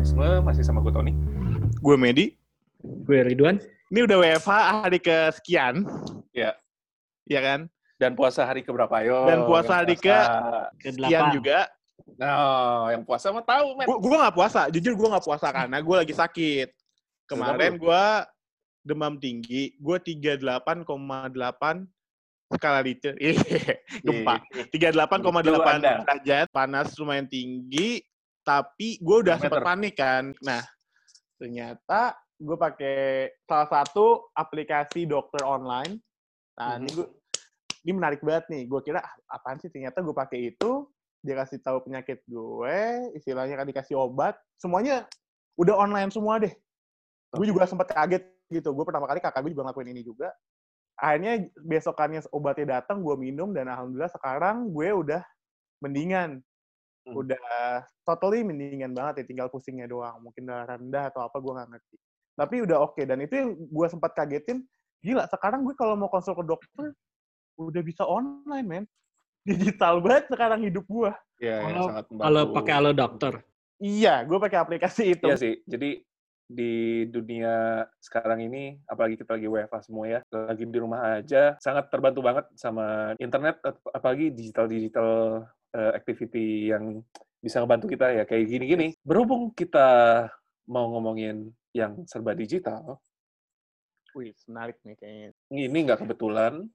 Jurnalisme, masih sama gue Tony. Gue Medi. Gue Ridwan. Ini udah WFH hari kesekian. Ya. Iya kan? Dan puasa hari keberapa, yo? Dan puasa hari ke-sekian juga. Nah, yang puasa mah tahu, men. Gue gak puasa. Jujur gue gak puasa karena gue lagi sakit. Kemarin gue demam tinggi. Gue 38,8 skala Richter. Gempa. 38,8 derajat. Panas lumayan tinggi. Tapi gue udah sempat panik kan. Nah, ternyata gue pakai salah satu aplikasi dokter online. Nah, ini menarik banget nih. Gue kira apaan sih? Ternyata gue pakai itu, dia kasih tahu penyakit gue, istilahnya kan dikasih obat, semuanya udah online semua deh. Gue juga sempat kaget gitu. Gue pertama kali kakak gue juga ngelakuin ini juga. Akhirnya besokannya obatnya datang, gue minum dan alhamdulillah sekarang gue udah mendingan. Udah totally mendingan banget ya, tinggal pusingnya doang. Mungkin darah rendah atau apa, gue nggak ngerti. Tapi udah oke. Dan itu yang gue sempat kagetin, gila, sekarang gue kalau mau konsul ke dokter, udah bisa online, men. Digital banget sekarang hidup gue. Iya, sangat membantu. Kalau pakai Halo Dokter. Iya, gue pakai aplikasi itu. Iya sih, jadi di dunia sekarang ini, apalagi kita lagi WFH semua ya, lagi di rumah aja, sangat terbantu banget sama internet, apalagi digital activity yang bisa ngebantu kita ya, kayak gini-gini. Berhubung kita mau ngomongin yang serba digital, wih, menarik nih kayaknya. ini nggak kebetulan.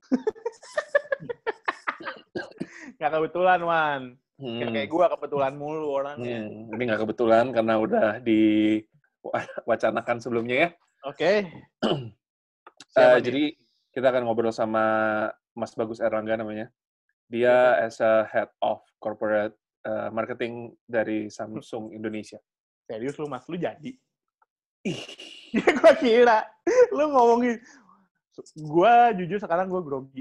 Nggak kebetulan, Wan. Kayak gue kebetulan mulu orangnya. Ini nggak kebetulan karena udah diwacanakan sebelumnya ya. Oke. Jadi kita akan ngobrol sama Mas Bagus Erlangga namanya. Dia as a Head of Corporate Marketing dari Samsung Indonesia. Serius lu, Mas? Lu jadi? Ya gue kira. Lu ngomongin. Gue jujur sekarang gue grogi.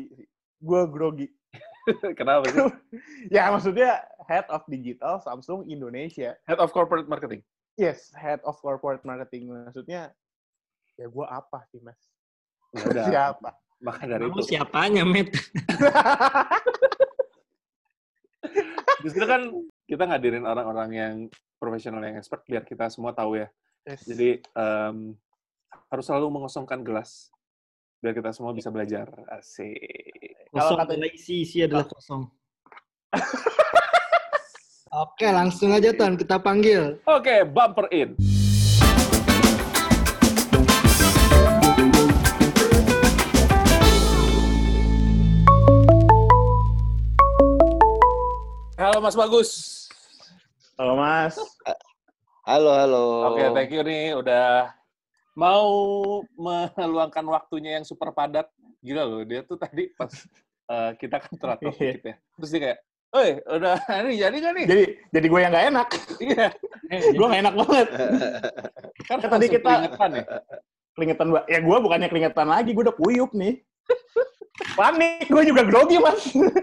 Kenapa sih? Ya maksudnya Head of Digital Samsung Indonesia. Head of Corporate Marketing? Yes, Head of Corporate Marketing. Maksudnya, ya gue apa sih, Mas? Udah. Siapa? Maka dari itu. Siapanya, Met? Justru kan kita ngadirin orang-orang yang profesional, yang expert, biar kita semua tahu ya. Yes. Jadi harus selalu mengosongkan gelas biar kita semua bisa belajar. Asik. Kosong adalah isi adalah kosong. Oke, langsung aja Ton, kita panggil. Oke, bumper in. Halo Mas Bagus. Halo Mas. Halo. Oke, thank you nih udah mau meluangkan waktunya yang super padat. Gila loh, dia tuh tadi pas kita kan teratur dikit ya. Terus dia kayak, "Oi, udah ini jadi nggak nih?" Jadi gue yang nggak enak. Iya. Gue nggak enak banget. Kan tadi kita keringetan ya. Keringetan, ya gue bukannya keringetan lagi, gue udah kuyup nih. Panik, gue juga grogi, Mas.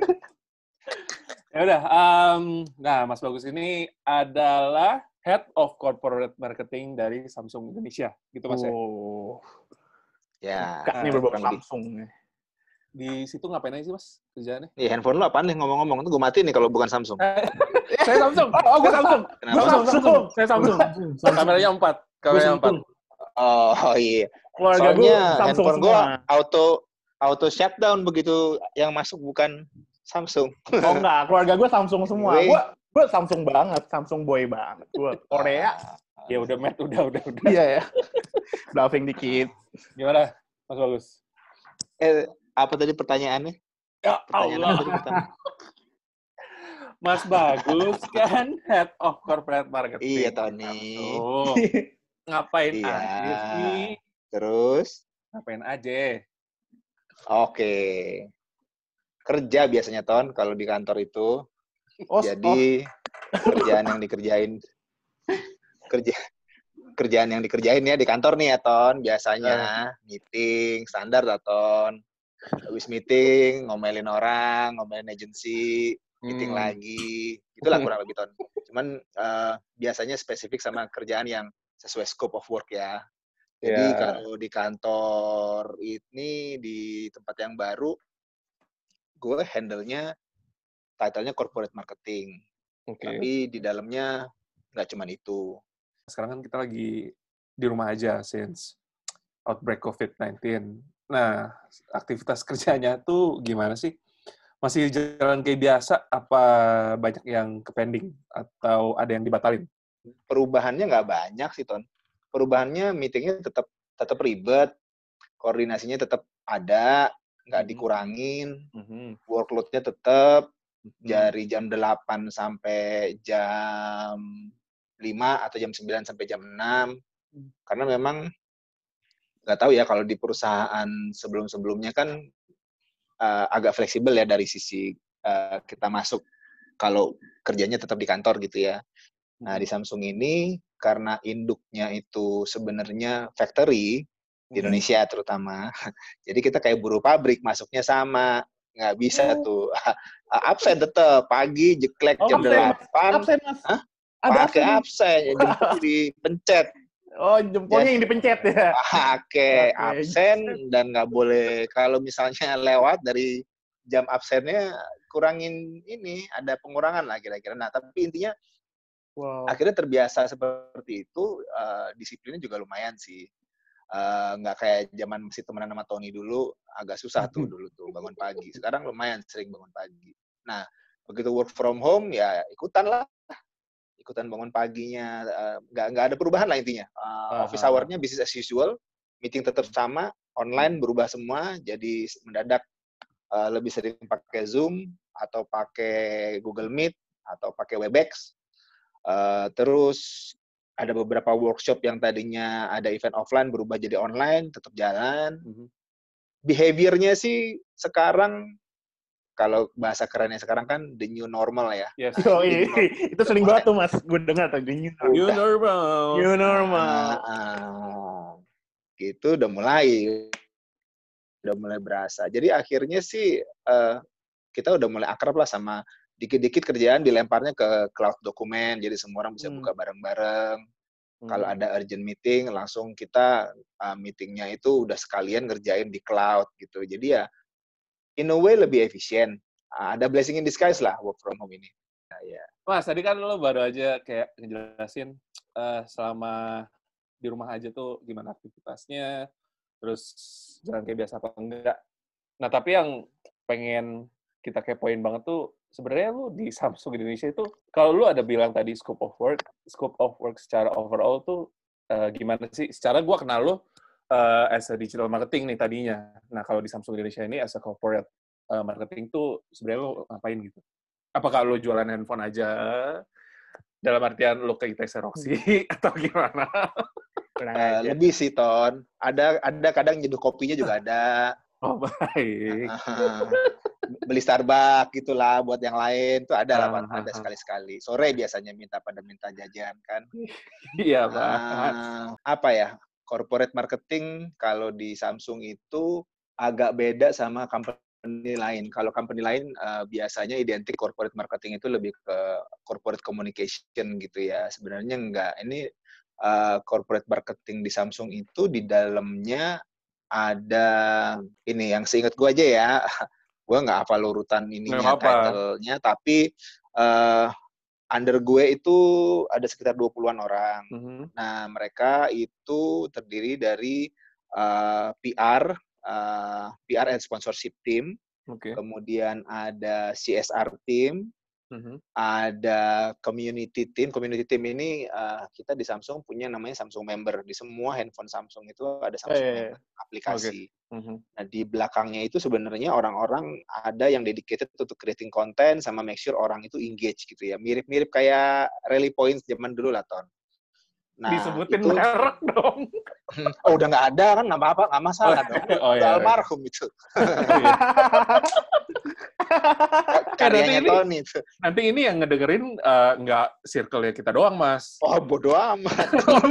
Ya udah, nah Mas Bagus ini adalah Head of Corporate Marketing dari Samsung Indonesia, gitu Mas ya? Oh. Ya. Ini berbau Samsung. Di situ ngapain aja sih Mas kerjaannya? Nih handphone lu apaan nih ngomong-ngomong? Itu gue matiin nih kalau bukan Samsung. Saya Samsung. Oh, gue Samsung. Saya Samsung. Kameranya 4. Oh iya. Keluarga gue Samsung handphone gue auto shutdown begitu yang masuk bukan Samsung. Oh enggak, keluarga gue Samsung semua. Gue Samsung banget, Samsung boy banget. Gue Korea. Ya udah, Matt, udah. Iya ya. Bluffing dikit. Gimana, Mas Bagus? Apa tadi pertanyaannya? Ya Allah. Mas Bagus kan Head of Corporate Marketing. Iya, Tony. Oh, ngapain Iya. aja sih? Terus? Ngapain aja? Oke. Kerja biasanya, Ton, kalau di kantor itu. Jadi kerjaan yang dikerjain ya di kantor nih ya, Ton. Biasanya meeting standar lah, Ton. Habis meeting, ngomelin orang, ngomelin agensi, meeting lagi. Itulah kurang lebih, Ton. Cuman biasanya spesifik sama kerjaan yang sesuai scope of work ya. Jadi kalau di kantor ini, di tempat yang baru, gue handle-nya title-nya corporate marketing. Okay. Tapi di dalamnya nggak cuma itu. sekarang kan kita lagi di rumah aja since outbreak COVID-19. Nah, aktivitas kerjanya tuh gimana sih? Masih jalan kayak biasa, apa banyak yang ke-pending? Atau ada yang dibatalin? Perubahannya nggak banyak sih, Ton. Perubahannya meetingnya tetap tetap ribet, koordinasinya tetap ada, nggak dikurangin, workload-nya tetap dari jam 8 sampai jam 5 atau jam 9 sampai jam 6. Karena memang nggak tahu ya, kalau di perusahaan sebelum-sebelumnya kan agak fleksibel ya dari sisi kita masuk kalau kerjanya tetap di kantor gitu ya. Nah, di Samsung ini karena induknya itu sebenarnya factory di Indonesia terutama. Jadi kita kayak buruh pabrik, masuknya sama. Nggak bisa tuh. Absen tetap pagi jeklek jam 8. Absen, Mas. Hah? Ada Pakai absen. jempol dipencet. Oh, jempolnya yang dipencet ya. Pakai Oke. absen dan nggak boleh kalau misalnya lewat dari jam absennya kurangin ini, ada pengurangan lah kira-kira. Nah, tapi intinya akhirnya terbiasa seperti itu, disiplinnya juga lumayan sih. Nggak kayak zaman masih temenan sama Tony dulu, agak susah tuh dulu tuh bangun pagi. Sekarang lumayan sering bangun pagi. Nah, begitu work from home ya ikutan bangun paginya, nggak ada perubahan lah intinya. Office hour-nya business as usual, meeting tetap sama, online berubah semua, jadi mendadak lebih sering pakai Zoom, atau pakai Google Meet, atau pakai Webex. Terus ada beberapa workshop yang tadinya ada event offline berubah jadi online, tetap jalan. Behavior-nya sih sekarang, kalau bahasa kerennya sekarang kan the new normal ya. Yes. Itu sering banget tuh, Mas. Gue dengar tuh, the new normal. New normal. Gitu udah mulai berasa. Jadi akhirnya sih kita udah mulai akrab lah sama dikit-dikit kerjaan dilemparnya ke cloud dokumen, jadi semua orang bisa buka bareng-bareng. Kalau ada urgent meeting, langsung kita meetingnya itu udah sekalian ngerjain di cloud gitu. Jadi ya in a way lebih efisien. Ada blessing in disguise lah work from home ini. Nah, ya. Mas, tadi kan lo baru aja kayak ngejelasin selama di rumah aja tuh gimana aktivitasnya, terus jalan kayak biasa apa enggak. Nah, tapi yang pengen kita kepoin banget tuh, sebenarnya lu di Samsung Indonesia itu, kalau lu ada bilang tadi scope of work secara overall tuh gimana sih? Secara gua kenal lu as a digital marketing nih tadinya. Nah, kalau di Samsung Indonesia ini as a corporate marketing tuh sebenarnya lu ngapain gitu? Apakah lu jualan handphone aja? Dalam artian lu ke ITC Roxy atau gimana? Lebih sih, Ton. Ada kadang nyeduh kopinya juga ada. Oh, baik. Beli Starbucks gitulah buat yang lain tuh ada lah, ada sekali-sekali. Sore biasanya pada minta jajan kan. Iya, Pak. Apa ya? Corporate marketing kalau di Samsung itu agak beda sama company lain. Kalau company lain biasanya identik corporate marketing itu lebih ke corporate communication gitu ya. Sebenarnya enggak. Ini corporate marketing di Samsung itu di dalamnya ada ini yang seingat gue aja ya. Gue nggak hafal urutan ininya, title-nya, tapi under gue itu ada sekitar 20-an orang. Nah, mereka itu terdiri dari PR and sponsorship team, kemudian ada CSR team, ada community team. Community team ini kita di Samsung punya namanya Samsung Member. Di semua handphone Samsung itu ada Samsung Member, aplikasi. Nah, di belakangnya itu sebenarnya orang-orang ada yang dedicated untuk creating content sama make sure orang itu engage gitu ya. Mirip-mirip kayak Rally Points zaman dulu lah, Ton. Nah, disebutin itu merek dong. Oh, udah nggak ada kan, nggak apa-apa, nggak masalah dong. Udah almarhum itu. Karyanya Tony itu. Nanti ini yang ngedengerin nggak circle-nya kita doang, Mas. Oh, bodo amat.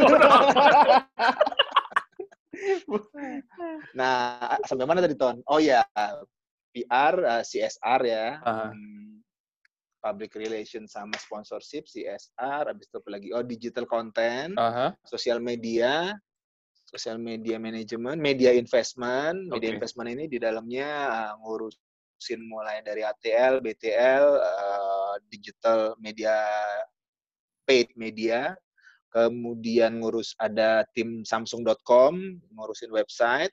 Nah, sampai mana tadi, Ton? Oh ya, PR, CSR ya. Public relation sama sponsorship, CSR, habis itu apa lagi? Oh, digital content, sosial media management, media investment. Media investment ini di dalamnya ngurusin mulai dari ATL, BTL, digital media, paid media, kemudian ada tim Samsung.com, ngurusin website,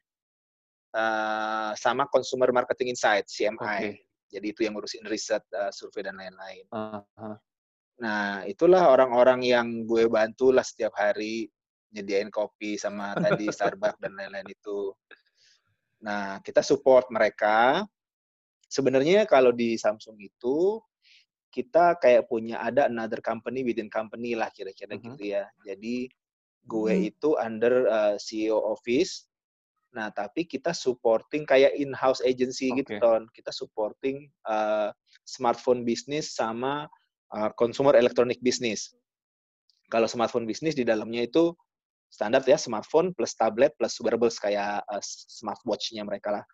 sama Consumer Marketing Insight, CMI. Jadi itu yang ngurusin riset, survei, dan lain-lain. Nah, itulah orang-orang yang gue bantu lah setiap hari, nyediain kopi sama tadi Starbucks dan lain-lain itu. Nah, kita support mereka. Sebenarnya kalau di Samsung itu, kita kayak ada another company within company lah, kira-kira gitu ya. Jadi, gue itu under CEO office. Nah, tapi kita supporting kayak in-house agency gitu, Ton. Kita supporting smartphone business sama consumer electronic business. Kalau smartphone business di dalamnya itu standar ya, smartphone plus tablet plus wearables kayak smartwatch-nya mereka lah.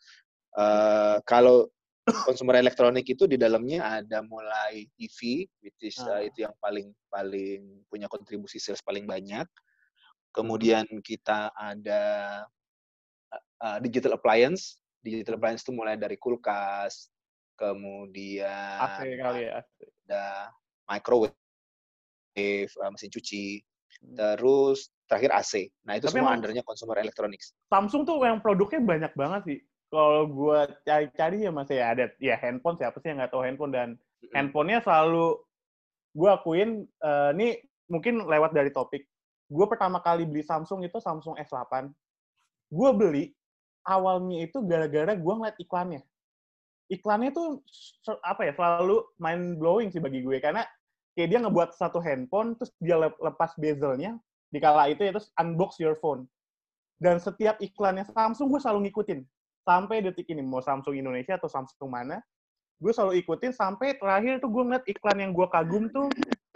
Kalau consumer elektronik itu di dalamnya ada mulai TV, which is itu yang paling punya kontribusi sales paling banyak. Kemudian kita ada digital appliance. Digital appliance itu mulai dari kulkas, kemudian AC kali ya. ada microwave, mesin cuci, terus terakhir AC. Nah, itu Tapi semua emang undernya consumer electronics. Samsung tuh yang produknya banyak banget sih. Kalau gue cari-cari ya masih ada ya handphone, siapa sih yang nggak tahu handphone, dan handphonenya selalu gue akuin ini mungkin lewat dari topik. Gue pertama kali beli Samsung itu Samsung S8. Gue beli awalnya itu gara-gara gue ngeliat iklannya. Iklannya tuh apa ya, selalu mind blowing sih bagi gue, karena kayak dia ngebuat satu handphone terus dia lepas bezelnya di kala itu ya, terus unbox your phone. Dan setiap iklannya Samsung gue selalu ngikutin sampai detik ini, mau Samsung Indonesia atau Samsung mana, gue selalu ikutin sampai terakhir tuh gue ngeliat iklan yang gue kagum tuh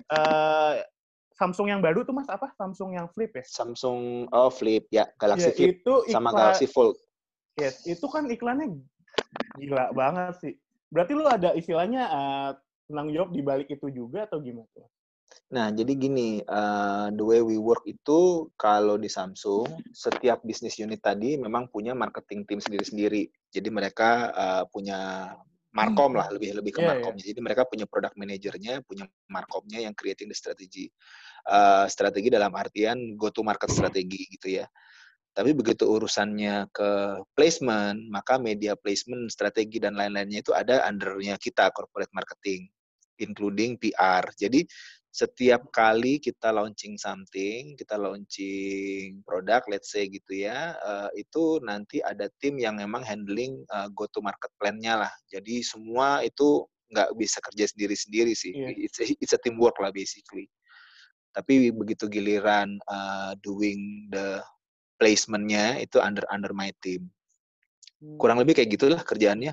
Samsung yang baru tuh Mas, apa? Samsung yang Flip ya? Samsung Flip ya, Galaxy Ya, Flip itu sama Galaxy Fold. Yes, itu kan iklannya gila banget sih. Berarti lu ada istilahnya tanggung jawab di balik itu juga atau gimana? Nah, jadi gini, the way we work itu kalau di Samsung, setiap business unit tadi memang punya marketing team sendiri-sendiri. Jadi mereka punya markom lah, lebih ke markomnya. Jadi mereka punya product manajernya, punya markomnya yang creating the strategy. Strategi dalam artian go to market strategi gitu ya. Tapi begitu urusannya ke placement, maka media placement, strategi, dan lain-lainnya itu ada undernya kita, corporate marketing, including PR. Jadi, setiap kali kita launching something, kita launching produk, let's say gitu ya, itu nanti ada tim yang memang handling go-to-market plan-nya lah. Jadi, semua itu nggak bisa kerja sendiri-sendiri sih. It's a teamwork lah, basically. Tapi begitu giliran doing the placement-nya itu under my team. Kurang lebih kayak gitulah kerjaannya.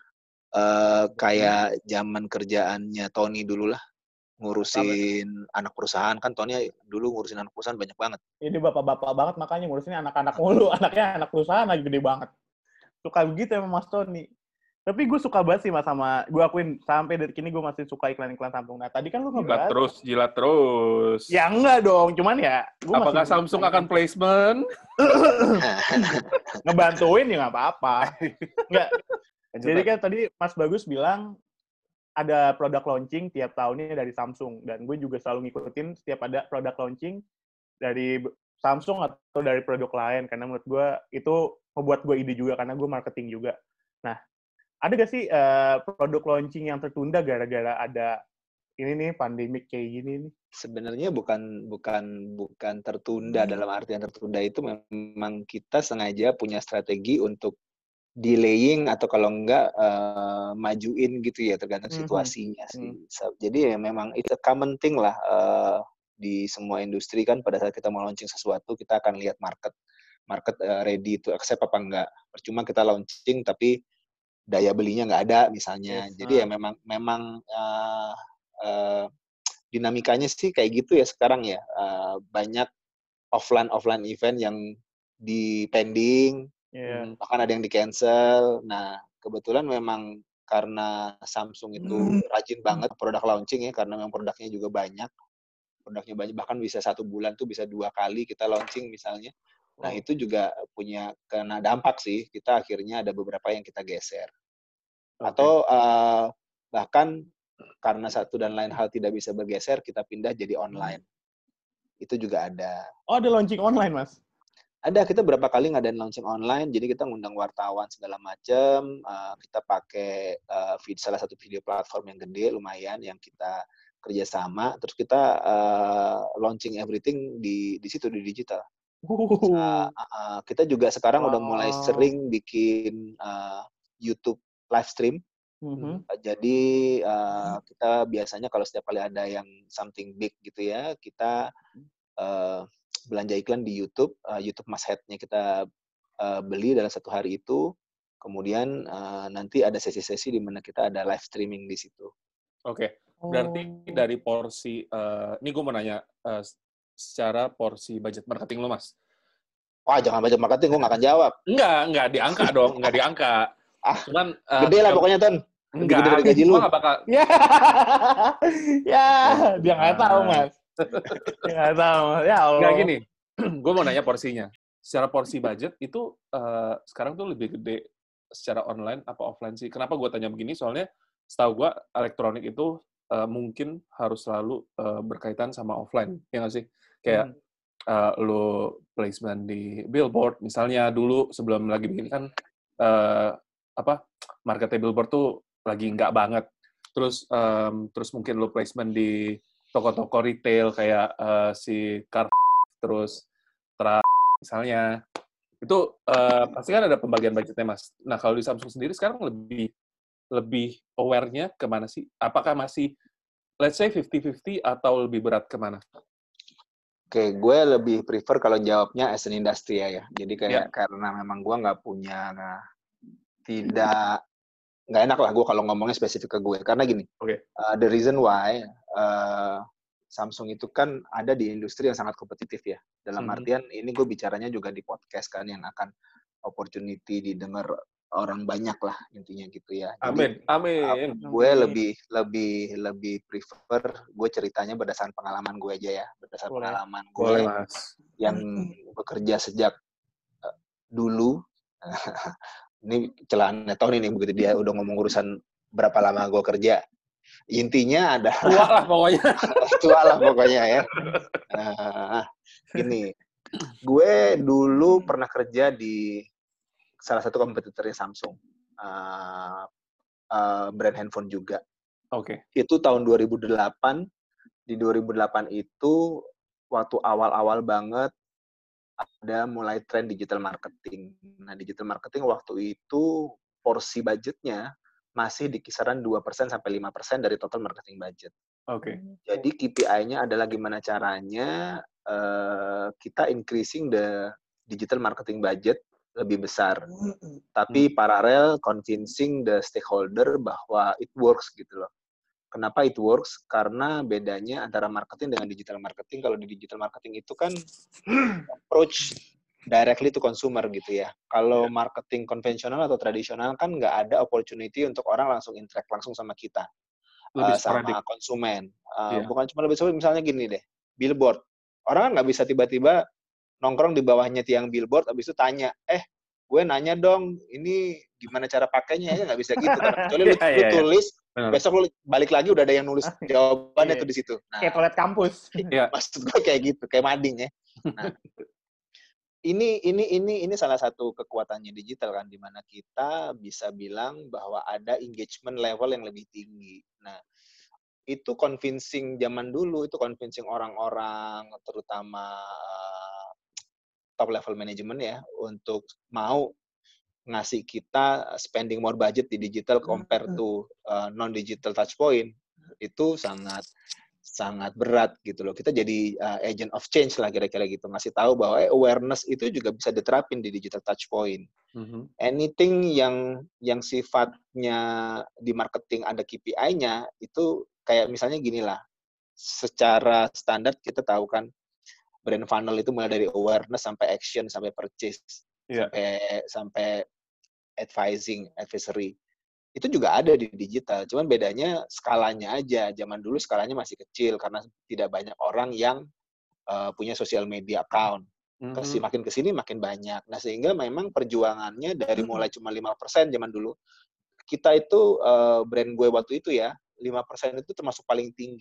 Kayak zaman kerjaannya Tony dulu lah, ngurusin anak perusahaan. Kan Tony dulu ngurusin anak perusahaan banyak banget. Ini bapak-bapak banget, makanya ngurusinnya anak-anak mulu. Anaknya anak perusahaan lagi gede banget. Suka begitu emang Mas Tony. Tapi gue suka banget sih Mas sama, gue akuin sampai detik ini gue masih suka iklan-iklan Samsung. Nah tadi kan lu ngebahas. Jilat terus. Ya enggak dong, cuman ya. Apakah Samsung akan placement? Ngebantuin ya nggak apa-apa. Enggak. Jadi kan tadi Mas Bagus bilang ada produk launching tiap tahunnya dari Samsung. Dan gue juga selalu ngikutin setiap ada produk launching dari Samsung atau dari produk lain. Karena menurut gue itu membuat gue ide juga, karena gue marketing juga. Nah, ada gak sih produk launching yang tertunda gara-gara ada ini nih pandemik kayak gini nih? Sebenarnya bukan tertunda, dalam artian tertunda itu memang kita sengaja punya strategi untuk delaying atau kalau enggak majuin gitu ya, tergantung situasinya sih. Jadi ya memang itu common thing lah di semua industri kan, pada saat kita mau launching sesuatu kita akan lihat market ready to accept apa enggak. Percuma kita launching tapi daya belinya nggak ada misalnya. Jadi ya memang dinamikanya sih kayak gitu ya sekarang ya. Banyak offline event yang di pending, bahkan ada yang di cancel. Nah, kebetulan memang karena Samsung itu rajin banget produk launching ya, karena memang produknya juga banyak. Produknya banyak, bahkan bisa 1 bulan tuh bisa 2 kali kita launching misalnya. Nah, itu juga punya kena dampak sih. Kita akhirnya ada beberapa yang kita geser. Atau bahkan karena satu dan lain hal tidak bisa bergeser, kita pindah jadi online. Itu juga ada. Oh, ada launching online, Mas? Ada, kita berapa kali ngadain launching online, jadi kita ngundang wartawan segala macam, kita pakai salah satu video platform yang gede lumayan yang kita kerjasama, terus kita launching everything di situ di digital. Kita juga sekarang udah mulai sering bikin YouTube live stream. Jadi kita biasanya kalau setiap kali ada yang something big gitu ya, kita belanja iklan di YouTube, YouTube Masthead-nya kita beli dalam satu hari itu, kemudian nanti ada sesi-sesi di mana kita ada live streaming di situ. Oke, berarti dari porsi, ini gue mau nanya, secara porsi budget marketing lo, Mas. Wah, jangan budget marketing, gue nggak akan jawab. Enggak diangka dong, enggak diangka. Cuman, gede lah pokoknya, Ton. Lebih gede dari gaji lu. Gue nggak bakal. Ya, dia nggak tahu, Mas. Dia nggak tahu, ya Allah. Nggak gini, gue mau nanya porsinya. Secara porsi budget itu sekarang tuh lebih gede secara online apa offline sih? Kenapa gue tanya begini? Soalnya setahu gue elektronik itu mungkin harus selalu berkaitan sama offline, ya nggak sih? Kayak lo placement di billboard, misalnya dulu sebelum lagi begini kan marketnya billboard tuh lagi nggak banget. Terus mungkin lo placement di toko-toko retail kayak si terus misalnya itu pasti kan ada pembagian budgetnya, Mas. Nah, kalau di Samsung sendiri sekarang lebih aware-nya kemana sih? Apakah masih let's say 50-50 atau lebih berat kemana? Oke, gue lebih prefer kalau jawabnya as an industry ya. Jadi kayak karena memang gue nggak punya, nggak enak lah gue kalau ngomongnya spesifik ke gue. Karena gini, the reason why Samsung itu kan ada di industri yang sangat kompetitif ya. Dalam artian ini gue bicaranya juga di podcast kan yang akan opportunity didengar orang banyak lah intinya gitu ya. Jadi, amin. Gue lebih prefer gue ceritanya berdasarkan pengalaman gue aja ya, berdasarkan pengalaman gue yang bekerja sejak dulu. Ini celahannya Tony nih begitu dia udah ngomong urusan berapa lama gue kerja. Intinya ada tua lah pokoknya ya. Gini, gue dulu pernah kerja di salah satu kompetitornya Samsung, brand handphone juga. Itu tahun 2008. Di 2008 itu waktu awal-awal banget ada mulai tren digital marketing. Nah, digital marketing waktu itu porsi budgetnya masih di kisaran 2% sampai 5% dari total marketing budget. Jadi KPI-nya adalah gimana caranya kita increasing the digital marketing budget lebih besar. Tapi paralel convincing the stakeholder bahwa it works gitu loh. Kenapa it works? Karena bedanya antara marketing dengan digital marketing, kalau di digital marketing itu kan approach directly to consumer gitu ya. Kalau marketing konvensional atau tradisional kan nggak ada opportunity untuk orang langsung interact langsung sama kita, sama konsumen. Bukan cuma lebih sporadik, misalnya gini deh, billboard. Orang kan nggak bisa tiba-tiba nongkrong di bawahnya tiang billboard, abis itu tanya, gue nanya dong, ini gimana cara pakainya, ya nggak bisa gitu. Kecuali lu tulis, besok lu balik lagi udah ada yang nulis jawabannya tuh di situ. Nah, kayak toilet kampus. Maksud gue kayak gitu, kayak mading ya. Nah, ini salah satu kekuatannya digital kan, di mana kita bisa bilang bahwa ada engagement level yang lebih tinggi. Nah, itu convincing zaman dulu, itu convincing orang-orang, terutama top level management ya, untuk mau ngasih kita spending more budget di digital compare to non-digital touchpoint, itu sangat berat gitu loh. Kita jadi agent of change lah kira-kira gitu, ngasih tahu bahwa awareness itu juga bisa diterapin di digital touchpoint. Anything yang sifatnya di marketing ada KPI-nya, itu kayak misalnya gini lah, secara standar kita tahu kan brand funnel itu mulai dari awareness sampai action sampai purchase sampai advisory. Itu juga ada di digital, cuman bedanya skalanya aja. Zaman dulu skalanya masih kecil karena tidak banyak orang yang punya social media account. Makin kesini makin banyak. Nah, sehingga memang perjuangannya dari mulai cuma 5% zaman dulu. Kita itu brand gue waktu itu ya, 5% itu termasuk paling tinggi.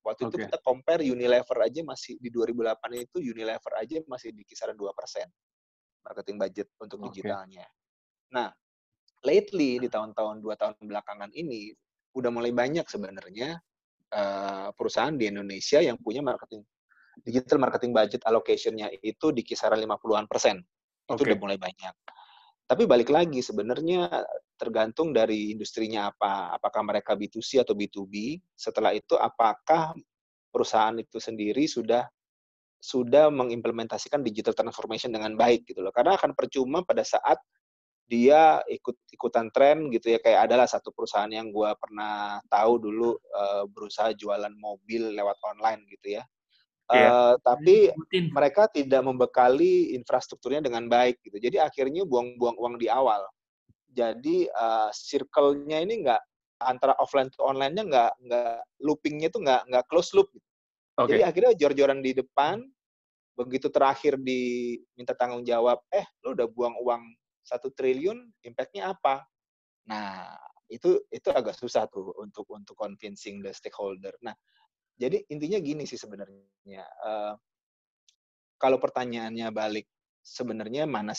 Waktu itu Oke. kita compare Unilever aja masih di 2008 itu Unilever aja masih di kisaran 2% marketing budget untuk Oke. digitalnya. Nah, lately di tahun-tahun 2 tahun belakangan ini udah mulai banyak sebenarnya perusahaan di Indonesia yang punya digital marketing budget allocation-nya itu di kisaran 50-an%. Itu udah Oke. mulai banyak. Tapi balik lagi sebenarnya tergantung dari industrinya apa. Apakah mereka B2C atau B2B. Setelah itu apakah perusahaan itu sendiri sudah mengimplementasikan digital transformation dengan baik gitu loh. Karena akan percuma pada saat dia ikut-ikutan tren gitu ya, kayak adalah satu perusahaan yang gue pernah tahu dulu berusaha jualan mobil lewat online gitu ya. Iya. Tapi Sebutin. mereka tidak membekali infrastrukturnya dengan baik gitu. Jadi akhirnya buang-buang uang di awal. Jadi circle-nya ini nggak antara offline to online-nya nggak looping-nya itu nggak close loop. Jadi Oke. akhirnya jor-joran di depan, begitu terakhir diminta tanggung jawab, lu udah buang uang 1 triliun, impact-nya apa? Nah, itu agak susah tuh untuk convincing the stakeholder. Nah, jadi intinya gini sih sebenarnya. Kalau pertanyaannya balik, sebenarnya mana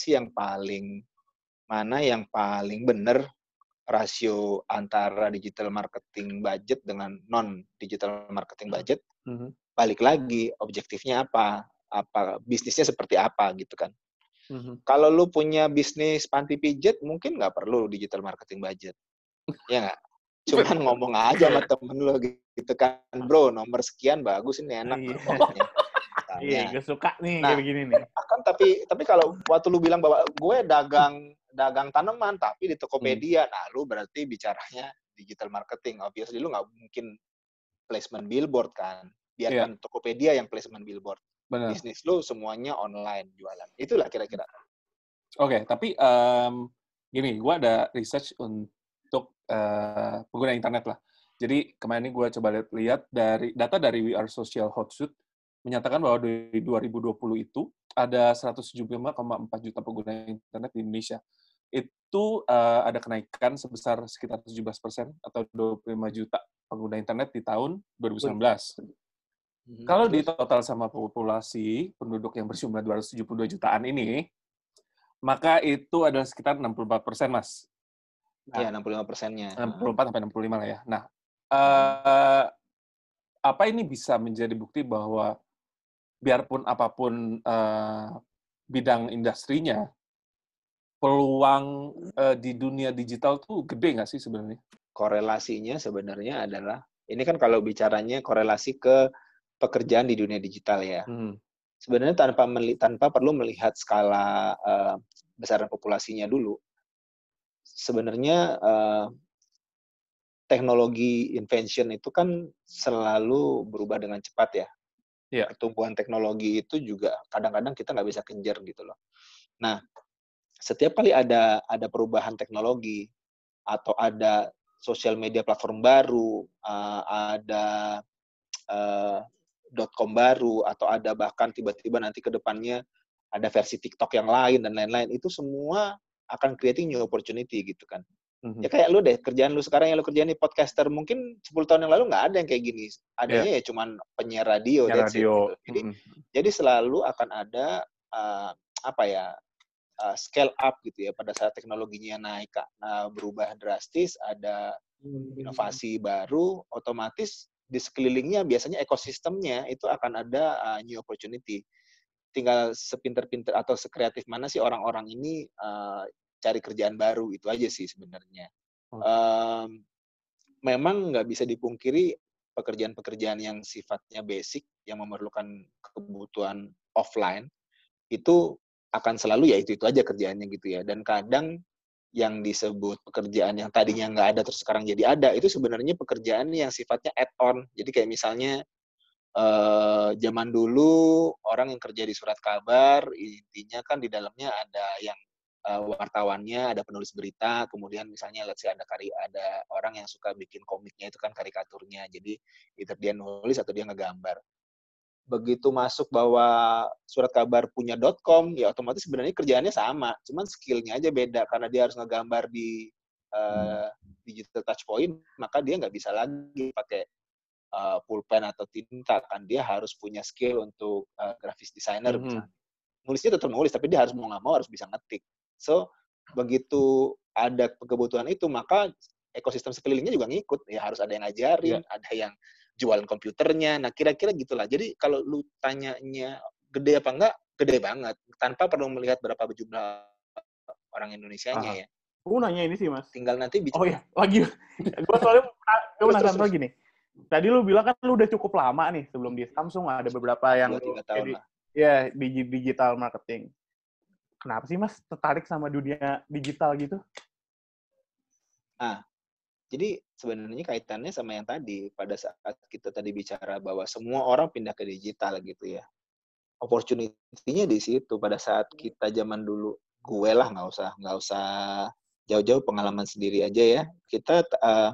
yang paling benar rasio antara digital marketing budget dengan non digital marketing budget? Mhm. Balik lagi, objektifnya apa bisnisnya seperti apa gitu kan. Mhm. Kalau lu punya bisnis panti pijat, mungkin nggak perlu digital marketing budget. Ya nggak? Cuman ngomong aja sama temen lu gitu kan, bro, nomor sekian bagus ini enak Iya. pokoknya. Iya, Misalnya. gue suka nih Nah, kayak begini nih. kan tapi kalau waktu lu bilang bahwa gue dagang tanaman tapi di Tokopedia, nah lu berarti bicaranya digital marketing. Obviously lu nggak mungkin placement billboard kan. Iya, Biarkan Tokopedia yang placement billboard. benar. Bisnis lu semuanya online jualan. Itulah kira-kira. Oke, tapi gini, gue ada research untuk pengguna internet lah. Jadi kemarin ini gue coba lihat dari data dari We Are Social Hotsuite menyatakan bahwa di 2020 itu ada 175,4 juta pengguna internet di Indonesia. Itu ada kenaikan sebesar sekitar 17% atau 25 juta pengguna internet di tahun 2019. Kalau di total sama populasi penduduk yang berjumlah 272 jutaan ini, maka itu adalah sekitar 64%, Mas. Iya, 65%-nya. 64 sampai 65 lah ya. Nah, apa ini bisa menjadi bukti bahwa biarpun apapun bidang industrinya, peluang di dunia digital tuh gede nggak sih sebenarnya? Korelasinya sebenarnya adalah, ini kan kalau bicaranya korelasi ke pekerjaan di dunia digital ya. Sebenarnya tanpa perlu melihat skala besaran populasinya dulu. Sebenarnya teknologi invention itu kan selalu berubah dengan cepat ya. Iya. Pertumbuhan teknologi itu juga kadang-kadang kita nggak bisa kejar gitu loh. Nah, setiap kali ada perubahan teknologi atau ada sosial media platform baru, ada .com baru, atau ada bahkan tiba-tiba nanti ke depannya ada versi TikTok yang lain dan lain-lain, itu semua akan creating new opportunity gitu kan. Ya kayak lu deh, kerjaan lu sekarang yang lu kerjain di podcaster, mungkin 10 tahun yang lalu nggak ada yang kayak gini. Adanya ya cuman penyiar radio, that's it gitu. Jadi selalu akan ada scale up gitu ya pada saat teknologinya naik, berubah drastis, ada inovasi baru, otomatis di sekelilingnya biasanya ekosistemnya itu akan ada new opportunity. Tinggal sepinter-pinter atau sekreatif mana sih orang-orang ini cari kerjaan baru, itu aja sih sebenarnya. Memang nggak bisa dipungkiri pekerjaan-pekerjaan yang sifatnya basic, yang memerlukan kebutuhan offline, itu akan selalu ya itu aja kerjaannya gitu ya. Dan kadang yang disebut pekerjaan yang tadinya nggak ada terus sekarang jadi ada, itu sebenarnya pekerjaan yang sifatnya add-on. Jadi kayak misalnya zaman dulu orang yang kerja di surat kabar, intinya kan di dalamnya ada yang wartawannya, ada penulis berita, kemudian misalnya let's say ada orang yang suka bikin komiknya itu kan karikaturnya. Jadi either dia nulis atau dia ngegambar. Begitu masuk bahwa surat kabar punya .com, ya otomatis sebenarnya kerjaannya sama, cuman skill-nya aja beda karena dia harus ngegambar di digital touchpoint, maka dia nggak bisa lagi pakai pulpen atau tinta kan, dia harus punya skill untuk graphics designer misalnya. Nulisnya tetap nulis, tapi dia harus mau nggak mau harus bisa ngetik. So, begitu ada kebutuhan itu, maka ekosistem sekelilingnya juga ngikut. Ya harus ada yang ngajarin, ada yang jualan komputernya. Nah, kira-kira gitulah. Jadi kalau lu tanyanya gede apa enggak, gede banget. Tanpa perlu melihat berapa jumlah orang Indonesianya ya. Gue nanya ini sih, Mas. Tinggal nanti Oh iya, lagi. Gue soalnya penasaran lagi nih. Tadi lu bilang kan lu udah cukup lama nih sebelum di Samsung, ada beberapa yang 2-3 tahun lah. Ya, digital marketing. Kenapa sih, Mas, tertarik sama dunia digital gitu? Jadi sebenarnya kaitannya sama yang tadi, pada saat kita tadi bicara bahwa semua orang pindah ke digital gitu ya. Opportunity-nya di situ. Pada saat kita zaman dulu, gue lah nggak usah jauh-jauh, pengalaman sendiri aja ya. Kita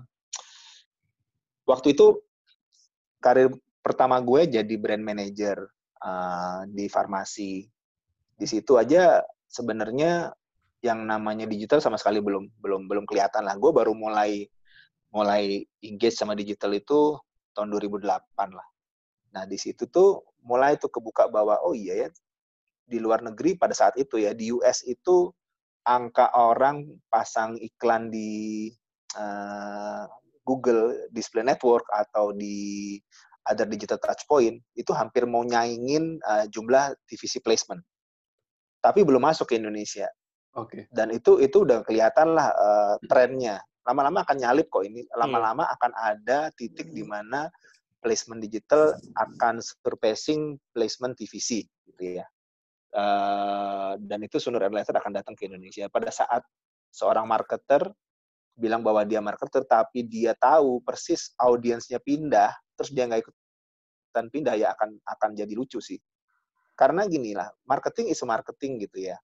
waktu itu karir pertama gue jadi brand manager di farmasi. Di situ aja sebenarnya yang namanya digital sama sekali belum kelihatan lah. Gue baru mulai engage sama digital itu tahun 2008 lah. Nah, di situ tuh mulai tuh kebuka bahwa oh iya ya, di luar negeri pada saat itu ya, di US itu angka orang pasang iklan di Google Display Network atau di other digital touchpoint itu hampir mau nyaingin jumlah divisi placement. Tapi belum masuk ke Indonesia. Oke. Dan itu udah kelihatan lah trennya. Lama-lama akan nyalip kok ini. Lama-lama akan ada titik di mana placement digital akan surpassing placement TVC gitu ya. Dan itu sooner or later akan datang ke Indonesia. Pada saat seorang marketer bilang bahwa dia marketer, tapi dia tahu persis audiensnya pindah, terus dia nggak ikutan pindah, ya akan jadi lucu sih. Karena gini lah, marketing is marketing gitu ya.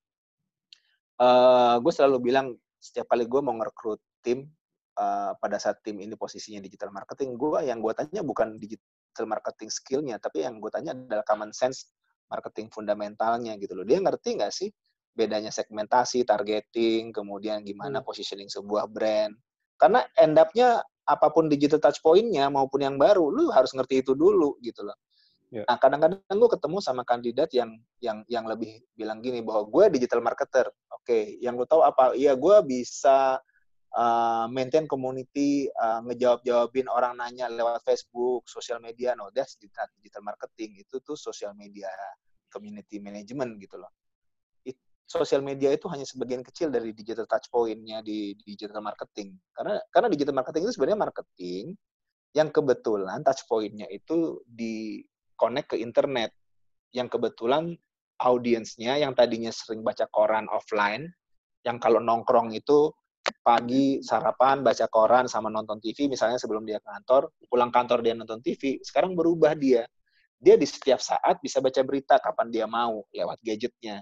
Gue selalu bilang, setiap kali gue mau ngerekrut tim, pada saat tim ini posisinya digital marketing, yang gue tanya bukan digital marketing skill-nya, tapi yang gue tanya adalah common sense marketing fundamentalnya gitu loh. Dia ngerti nggak sih bedanya segmentasi, targeting, kemudian gimana positioning sebuah brand. Karena end up-nya apapun digital touch point-nya maupun yang baru, lu harus ngerti itu dulu gitu loh. Yeah. Nah, kadang-kadang gue ketemu sama kandidat yang lebih bilang gini, bahwa gue digital marketer. Oke, yang lu tahu apa? Iya, gue bisa maintain community, ngejawab-jawabin orang nanya lewat Facebook, sosial media. No, that's digital marketing. Itu tuh sosial media community management gitu loh. Sosial media itu hanya sebagian kecil dari digital touch point-nya di digital marketing. Karena digital marketing itu sebenarnya marketing yang kebetulan touch point-nya itu di connect ke internet. Yang kebetulan audiensnya yang tadinya sering baca koran offline, yang kalau nongkrong itu pagi sarapan, baca koran, sama nonton TV misalnya sebelum dia ke kantor, pulang kantor dia nonton TV, sekarang berubah dia. Dia di setiap saat bisa baca berita kapan dia mau, lewat gadgetnya.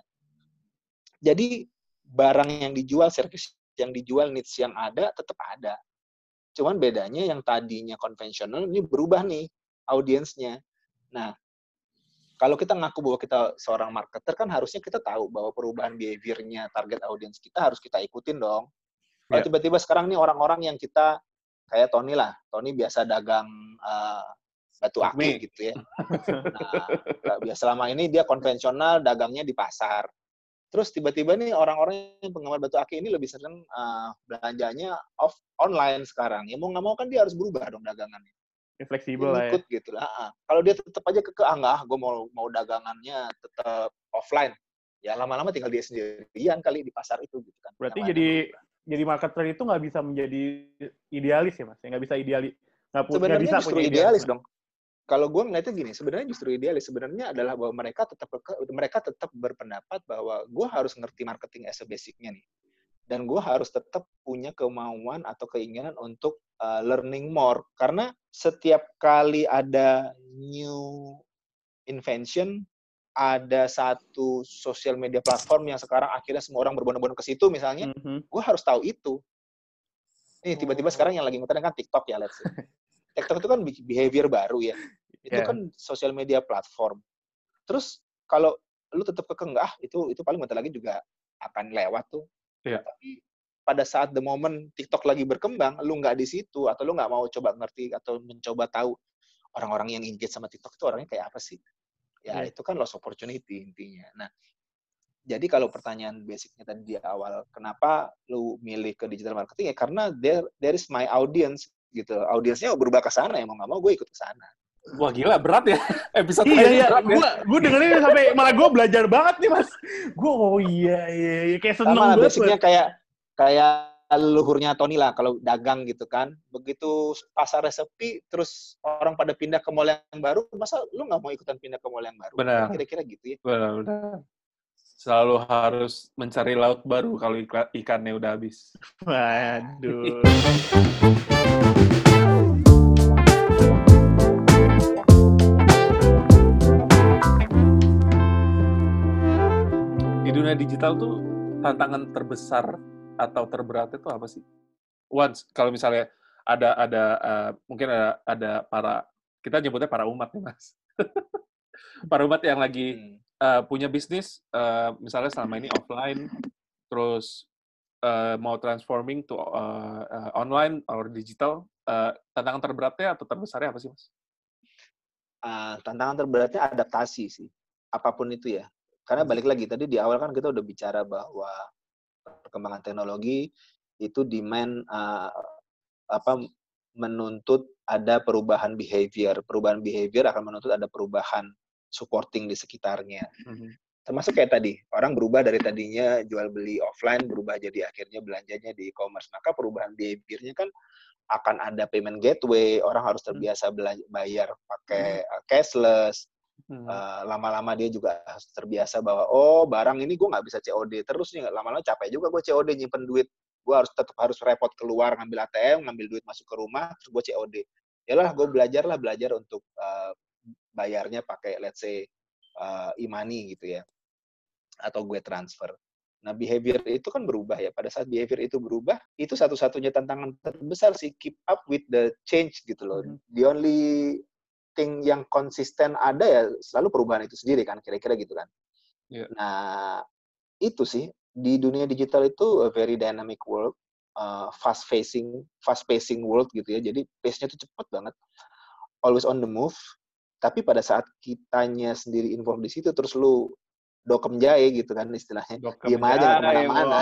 Jadi barang yang dijual, service yang dijual, needs yang ada, tetap ada. Cuman bedanya yang tadinya konvensional, ini berubah nih audiensnya. Nah, kalau kita ngaku bahwa kita seorang marketer, kan harusnya kita tahu bahwa perubahan behavior-nya target audience kita harus kita ikutin dong. Kalau tiba-tiba sekarang nih orang-orang yang kita, kayak Tony lah, Tony biasa dagang batu aki gitu ya. Nah, selama ini dia konvensional, dagangnya di pasar. Terus tiba-tiba nih orang-orang yang penggemar batu aki ini lebih sering belanjanya online sekarang. Ya mau nggak mau kan dia harus berubah dong dagangannya. Fleksibel lah ya. Ikut gitu lah. Kalau dia tetap aja gue mau dagangannya tetap offline. Ya lama-lama tinggal dia sendirian kali di pasar itu gitu kan. Berarti jadi marketer itu nggak bisa menjadi idealis ya Mas? Nggak bisa idealis. Sebenarnya justru idealis dong. Kalau gue ngeliatnya gini, sebenarnya justru idealis. Sebenarnya adalah bahwa mereka tetap berpendapat bahwa gue harus ngerti marketing as a basic-nya nih. Dan gue harus tetap punya kemauan atau keinginan untuk learning more. Karena setiap kali ada new invention, ada satu social media platform yang sekarang akhirnya semua orang berbondong-bondong ke situ misalnya, gue harus tahu itu. Nih, tiba-tiba sekarang yang lagi ngetren kan TikTok ya, let's say. TikTok itu kan behavior baru ya. Itu kan social media platform. Terus kalau lu tetap kekeh, itu paling bentar lagi juga akan lewat tuh. Yeah. Tapi pada saat the moment TikTok lagi berkembang, lu nggak di situ, atau lu nggak mau coba ngerti atau mencoba tahu, orang-orang yang engage sama TikTok itu orangnya kayak apa sih? Ya Iya. itu kan lost opportunity intinya. Nah, jadi kalau pertanyaan basicnya tadi di awal, kenapa lu milih ke digital marketing? Ya karena there is my audience gitu. Audiensnya berubah ke sana, ya mau nggak mau gue ikut ke sana. Wah gila, berat ya. Episode Iya, kali ini iya. berat ya. Gue dengerin sampai malah gue belajar banget nih, Mas. Gue, oh iya. Kayak seneng Sama lah banget. basicnya kayak leluhurnya Tony lah kalau dagang gitu kan. Begitu pasarnya sepi, terus orang pada pindah ke mall yang baru, masa lu nggak mau ikutan pindah ke mall yang baru? Benar. Kira-kira gitu ya. Benar. Selalu harus mencari laut baru kalau ikannya udah habis. Waduh. Di dunia digital tuh tantangan terbesar atau terberatnya itu apa sih? Once kalau misalnya mungkin ada para, kita nyebutnya para umat nih Mas. Para umat yang lagi punya bisnis, misalnya selama ini offline, terus mau transforming to online or digital, tantangan terberatnya atau terbesarnya apa sih Mas? Tantangan terberatnya adaptasi sih, apapun itu ya. Karena balik lagi, tadi di awal kan kita udah bicara bahwa perkembangan teknologi itu demand menuntut ada perubahan behavior. Perubahan behavior akan menuntut ada perubahan supporting di sekitarnya. Termasuk kayak tadi, orang berubah dari tadinya jual beli offline, berubah jadi akhirnya belanjanya di e-commerce. Maka perubahan behavior-nya kan akan ada payment gateway, orang harus terbiasa bayar pakai cashless. Lama-lama dia juga harus terbiasa bahwa barang ini gue nggak bisa COD terus nih, lama-lama capek juga gue COD nyimpen duit, gue tetap harus repot keluar ngambil ATM, ngambil duit masuk ke rumah terus gue COD. Yalah, gue belajar untuk bayarnya pakai let's say e-money gitu ya, atau gue transfer. Nah, behavior itu kan berubah ya. Pada saat behavior itu berubah, itu satu-satunya tantangan terbesar sih, keep up with the change gitu loh. The only thing yang konsisten ada ya selalu perubahan itu sendiri kan, kira-kira gitu kan. Yeah. Nah, itu sih di dunia digital itu a very dynamic world, fast pacing world gitu ya. Jadi pace-nya tuh cepet banget. Always on the move. Tapi pada saat kitanya sendiri involved di situ, terus lu dokem jahe gitu kan istilahnya, diem aja nggak kemana-mana,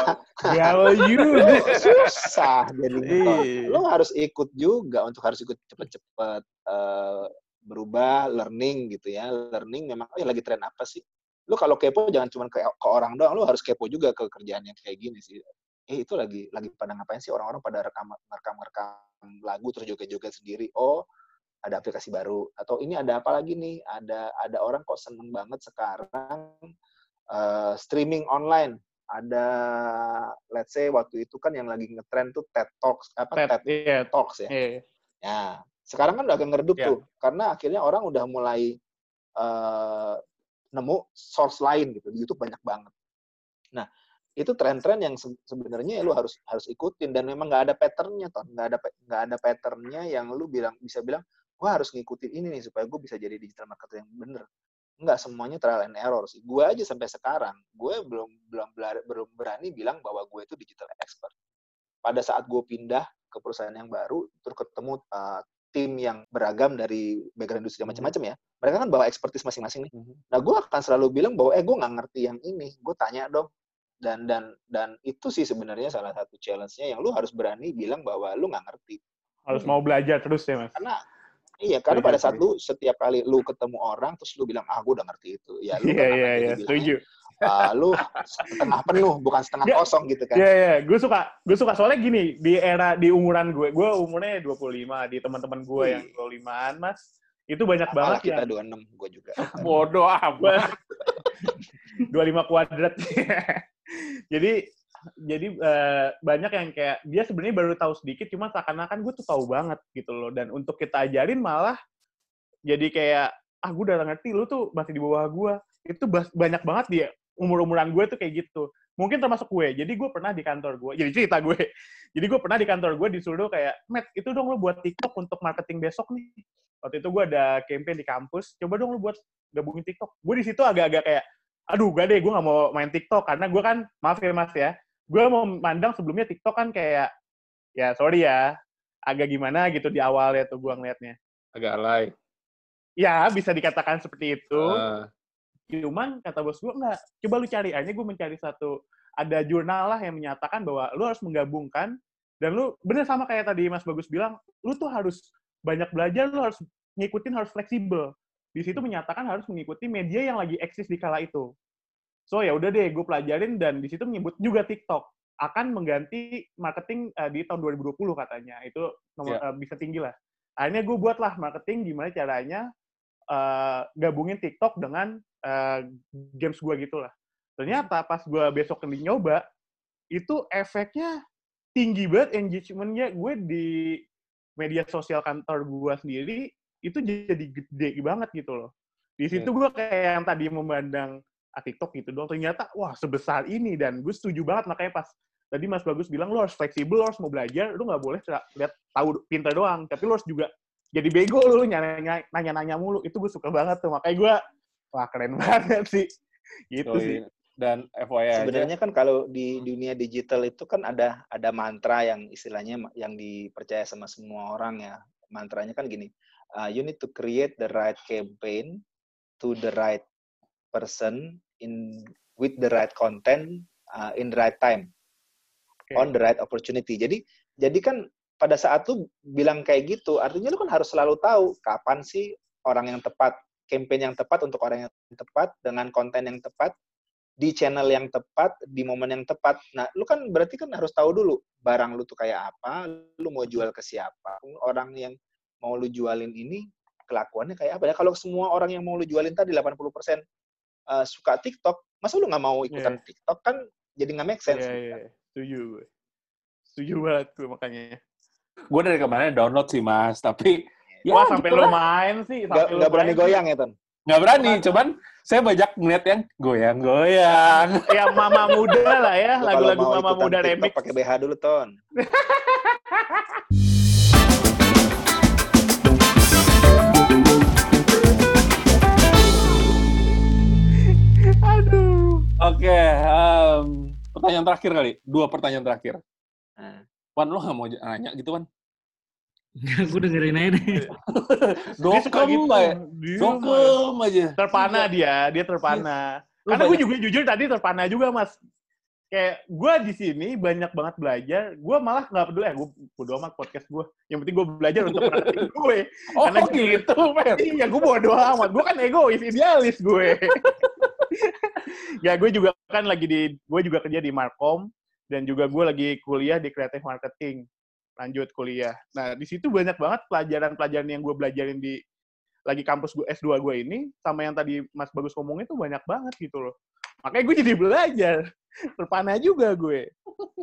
susah jadinya. Lo harus ikut juga, harus ikut cepet-cepet berubah, learning gitu ya. Learning memang lagi tren apa sih. Lo kalau kepo jangan cuma ke orang doang, lo harus kepo juga ke kerjaan yang kayak gini sih. Itu lagi pada ngapain sih orang-orang pada rekam lagu terus joget-joget sendiri. Ada aplikasi baru, atau ini ada apa lagi nih, ada orang kok seneng banget sekarang streaming online. Ada let's say waktu itu kan yang lagi ngetrend tuh TED Talks, TED Talks ya. Ya, sekarang kan udah agak ngeredup tuh, karena akhirnya orang udah mulai nemu source lain gitu. Di YouTube banyak banget. Nah, itu tren-tren yang sebenarnya lu harus ikutin, dan memang nggak ada pattern-nya, nggak ada pattern-nya yang lu bisa bilang gue harus ngikutin ini nih supaya gue bisa jadi digital marketer yang bener. Enggak, semuanya trial and error sih. Gue aja sampai sekarang, gue belum berani bilang bahwa gue itu digital expert. Pada saat gue pindah ke perusahaan yang baru, terus ketemu tim yang beragam dari background industri macam-macam ya, mereka kan bawa expertise masing-masing nih. Nah, gue akan selalu bilang bahwa gue nggak ngerti yang ini, gue tanya dong. Dan itu sih sebenarnya salah satu challenge-nya, yang lu harus berani bilang bahwa lu nggak ngerti. Harus mau belajar terus ya, Mas. Karena pada saat lu setiap kali lu ketemu orang terus lu bilang gue udah ngerti itu, ya lu setuju. Lu setengah penuh bukan setengah kosong gitu kan. Iya, gue suka soalnya gini, di umuran gue umurnya 25, di teman-teman gue yang 25-an, Mas, itu banyak banget kita 26, gue juga. Bodoh amat. 25 kuadrat. Jadi banyak yang kayak dia sebenarnya baru tahu sedikit, cuma seakan-akan gue tuh tahu banget gitu loh. Dan untuk kita ajarin malah jadi kayak gue udah ngerti, lu tuh masih di bawah gue. Itu banyak banget dia umur-umuran gue tuh kayak gitu. Mungkin termasuk gue. Jadi gue pernah di kantor gue. Jadi cerita gue. Jadi gue pernah di kantor gue disuruh kayak, Matt, itu dong lu buat TikTok untuk marketing besok nih. Waktu itu gue ada campaign di kampus. Coba dong lu buat gabungin TikTok. Gue di situ agak-agak kayak, aduh gak deh, gue gak mau main TikTok. Karena gue kan, maaf ya Mas ya, gue mau mandang sebelumnya TikTok kan kayak, ya sorry ya, agak gimana gitu di awal ya tuh gue ngeliatnya. Agak alay. Ya, bisa dikatakan seperti itu. Ah, Cuman kata bos gue, enggak. Coba lu cari aja, gue mencari ada jurnal lah yang menyatakan bahwa lu harus menggabungkan, dan lu, bener sama kayak tadi Mas Bagus bilang, lu tuh harus banyak belajar, lu harus ngikutin, harus fleksibel. Di situ menyatakan harus mengikuti media yang lagi eksis di kala itu. So ya udah deh, gue pelajarin, dan di situ menyebut juga TikTok akan mengganti marketing di tahun 2020 katanya. Itu ya. bisa tinggi lah. Akhirnya gue buatlah marketing gimana caranya gabungin TikTok dengan games gue gitulah. Ternyata pas gue besok kali nyoba, itu efeknya tinggi banget, engagement-nya gue di media sosial kantor gue sendiri itu jadi gede banget gitu loh. Di situ gue kayak yang tadi memandang TikTok gitu doang, ternyata wah sebesar ini, dan gue setuju banget. Makanya pas tadi Mas Bagus bilang, lo harus fleksibel, lo harus mau belajar, lo nggak boleh lihat tahu pinter doang, tapi lo harus juga jadi bego, lo nanya-nanya mulu. Itu gue suka banget tuh, makanya gue wah keren banget sih gitu sih. Dan FYI aja, Sebenarnya kan kalau di dunia digital itu kan ada mantra yang istilahnya yang dipercaya sama semua orang ya. Mantranya kan gini, you need to create the right campaign to the right person with the right content in the right time, on the right opportunity. Jadi kan pada saat lu bilang kayak gitu, artinya lu kan harus selalu tahu kapan sih orang yang tepat, campaign yang tepat untuk orang yang tepat dengan konten yang tepat di channel yang tepat, di momen yang tepat. Nah, lu kan berarti kan harus tahu dulu barang lu tuh kayak apa, lu mau jual ke siapa. Orang yang mau lu jualin ini kelakuannya kayak apa. Ya kalau semua orang yang mau lu jualin tadi 80% suka TikTok, masa lu nggak mau ikutan TikTok kan jadi nggak make sense. Iya. Setuju gue. Setuju banget tuh makanya. gue dari kemarin download sih Mas, tapi Wah, sampai lo main sih. Nggak berani goyang ya, Ton? Nggak berani, cuman saya banyak ngeliat yang goyang-goyang. Ya mama muda lah ya, lagu-lagu mama muda TikTok, remix. pakai BH dulu, Ton. Aduh. Oke, pertanyaan terakhir kali. 2 pertanyaan terakhir. Wan, lo nggak mau nanya gitu, Wan? Gue dengerin aja deh. Dokem aja. Terpana dia terpana. Karena gue juga jujur tadi terpana juga, Mas. Kayak gue di sini banyak banget belajar. Gue malah nggak peduli, gue bodo amat podcast gue. Yang penting gue belajar untuk marketing gue. Oh, karena gitu, Fer. Iya, gue bodo amat. Gue kan egois, idealis gue. Ya, gue juga kan gue juga kerja di Markom, dan juga gue lagi kuliah di Creative Marketing. Lanjut kuliah. Nah, di situ banyak banget pelajaran-pelajaran yang gue belajarin di lagi kampus gue S2 gue ini, sama yang tadi Mas Bagus ngomongin tuh banyak banget gitu loh. Makanya gue jadi belajar. Terpana juga gue.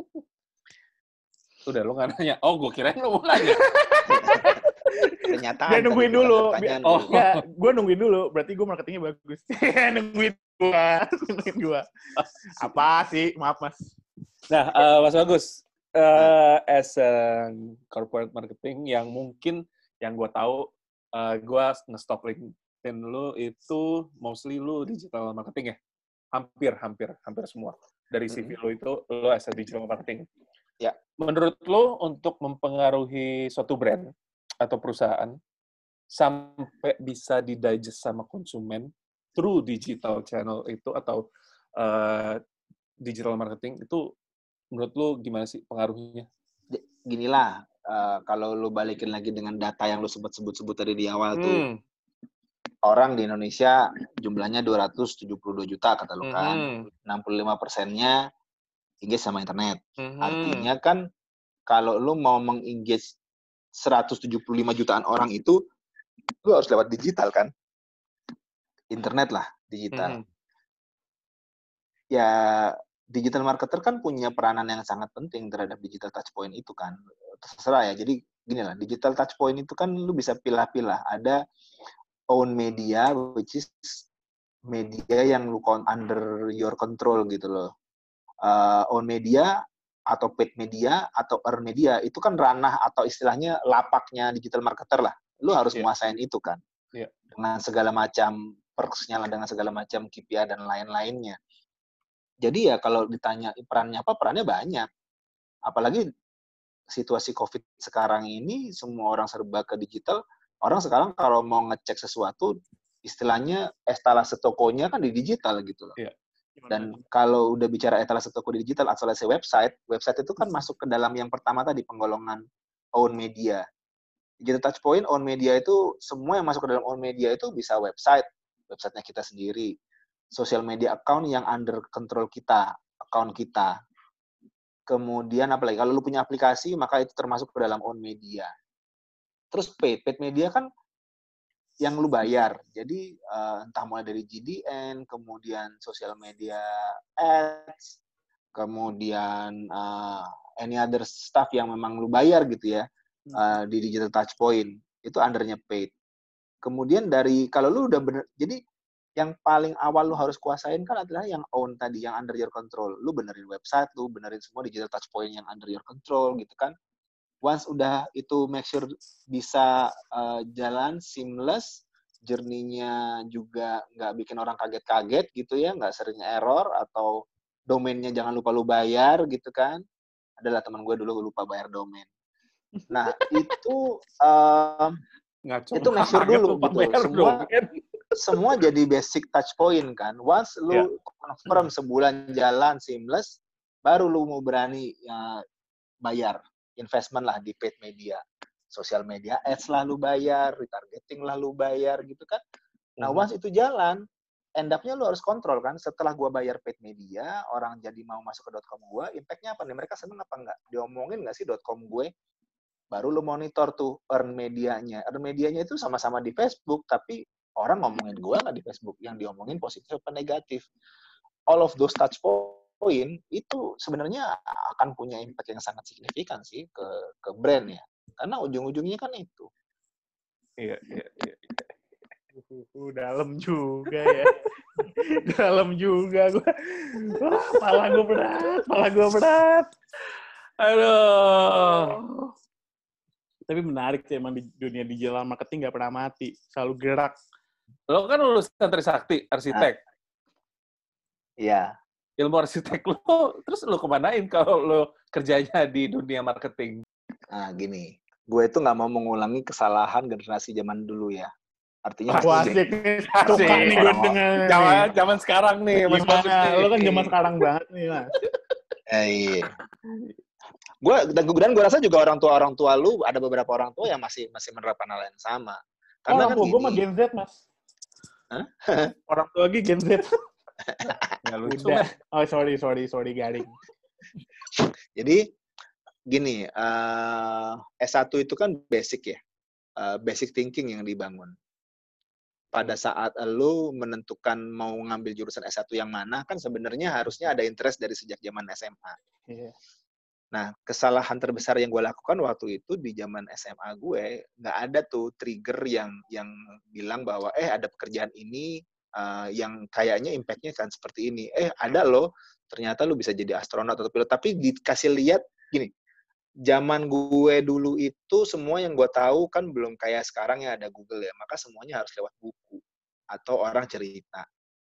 Udah, lo nggak nanya. Oh, gue kirain lo mau nanya. Kenyataan. Dia nungguin dulu. Ya, gue nungguin dulu. Berarti gue marketingnya bagus. nungguin gue. Apa sih? Maaf, Mas. Nah, Mas Bagus, as a corporate marketing yang mungkin yang gue tahu, gue nge-stalk LinkedIn lu itu mostly lu digital marketing ya? Hampir semua. Dari CV lu itu, lu as a digital marketing. Ya. Menurut lu untuk mempengaruhi suatu brand atau perusahaan sampai bisa didigest sama konsumen through digital channel itu atau digital marketing itu menurut lu gimana sih pengaruhnya? Ginilah, kalau lu balikin lagi dengan data yang lu sebut tadi di awal tuh, orang di Indonesia jumlahnya 272 juta kata lu kan, 65%-nya engage sama internet. Artinya kan kalau lu mau meng-engage 175 jutaan orang itu, lu harus lewat digital kan? Internet lah, digital. Ya, digital marketer kan punya peranan yang sangat penting terhadap digital touchpoint itu kan. Terserah ya, jadi gini lah, digital touchpoint itu kan lu bisa pilah-pilah. Ada own media, which is media yang lu under your control gitu loh. Own media, atau paid media, atau earn media, itu kan ranah atau istilahnya lapaknya digital marketer lah. Lu harus menguasain itu kan. Dengan segala macam perks-nya lah, dengan segala macam KPI dan lain-lainnya. Jadi ya kalau ditanya perannya apa, perannya banyak. Apalagi situasi COVID sekarang ini, semua orang serba ke digital, Orang sekarang kalau mau ngecek sesuatu, istilahnya etalase tokonya kan di digital gitu loh. Iya. Dan kalau udah bicara etalase toko di digital, etalase website itu kan masuk ke dalam yang pertama tadi, penggolongan own media. Digital touchpoint, own media itu, semua yang masuk ke dalam own media itu bisa website-nya kita sendiri, social media account yang under control kita, account kita. Kemudian apalagi, kalau lu punya aplikasi, maka itu termasuk ke dalam own media. Terus paid media kan yang lu bayar. Jadi entah mulai dari GDN, kemudian social media ads, kemudian any other stuff yang memang lu bayar gitu ya di digital touchpoint, itu undernya paid. Kemudian kalau lu udah bener, jadi yang paling awal lu harus kuasain kan adalah yang own tadi, yang under your control. Lu benerin website, lu benerin semua digital touchpoint yang under your control gitu kan. Once udah itu make sure bisa jalan seamless, journey-nya juga nggak bikin orang kaget-kaget gitu ya, nggak sering error, atau domainnya jangan lupa lu bayar gitu kan. Adalah teman gue dulu lupa bayar domain. Nah itu make sure dulu gitu. Semua jadi basic touch point kan. Once lu confirm sebulan jalan seamless, baru lu mau berani bayar. Investment lah di paid media, social media ads lah lu bayar, retargeting lah lu bayar gitu kan. Nah once itu jalan, end up-nya lu harus kontrol kan. Setelah gua bayar paid media, orang jadi mau masuk ke .com gua, impact-nya apa nih? Mereka seneng apa enggak? Diomongin nggak sih .com gue? Baru lu monitor tuh earn medianya. Earn medianya itu sama-sama di Facebook, tapi orang ngomongin gua nggak di Facebook, yang diomongin positif apa negatif. All of those touch point itu sebenarnya akan punya impact yang sangat signifikan sih ke brand ya. Karena ujung-ujungnya kan itu. Iya. Dalam juga ya. Dalam juga gue. Wah, kepala gue berat. Aduh. Tapi menarik sih emang di dunia digital marketing nggak pernah mati. Selalu gerak. Lo kan lulusan Trisakti, arsitek. Iya. Ilmu arsitek lo, terus lo kemanain kalau lo kerjanya di dunia marketing? Nah, gini. Gue itu nggak mau mengulangi kesalahan generasi zaman dulu ya. Artinya asik nih gue dengar. Zaman sekarang nih, Mas Bagus nih. Lo kan zaman sekarang banget nih, Mas. Iya. Gue rasa juga orang tua lu, ada beberapa orang tua yang masih menerapkan hal yang sama. Karena orang tua gue mah Gen Z, Mas. Hah? Orang tua lagi Gen Z. Nggak lucu, Udah. Oh, sorry, garing. Jadi, gini, S1 itu kan basic ya. Basic thinking yang dibangun. Pada saat lu menentukan mau ngambil jurusan S1 yang mana, kan sebenarnya harusnya ada interest dari sejak zaman SMA. Yeah. Nah, kesalahan terbesar yang gue lakukan waktu itu di zaman SMA gue, nggak ada tuh trigger yang bilang bahwa ada pekerjaan ini yang kayaknya impact-nya kan seperti ini. Ada loh, ternyata lu bisa jadi astronot atau pilot. Tapi dikasih lihat, gini, zaman gue dulu itu semua yang gue tahu kan belum kayak sekarang yang ada Google ya. Maka semuanya harus lewat buku atau orang cerita.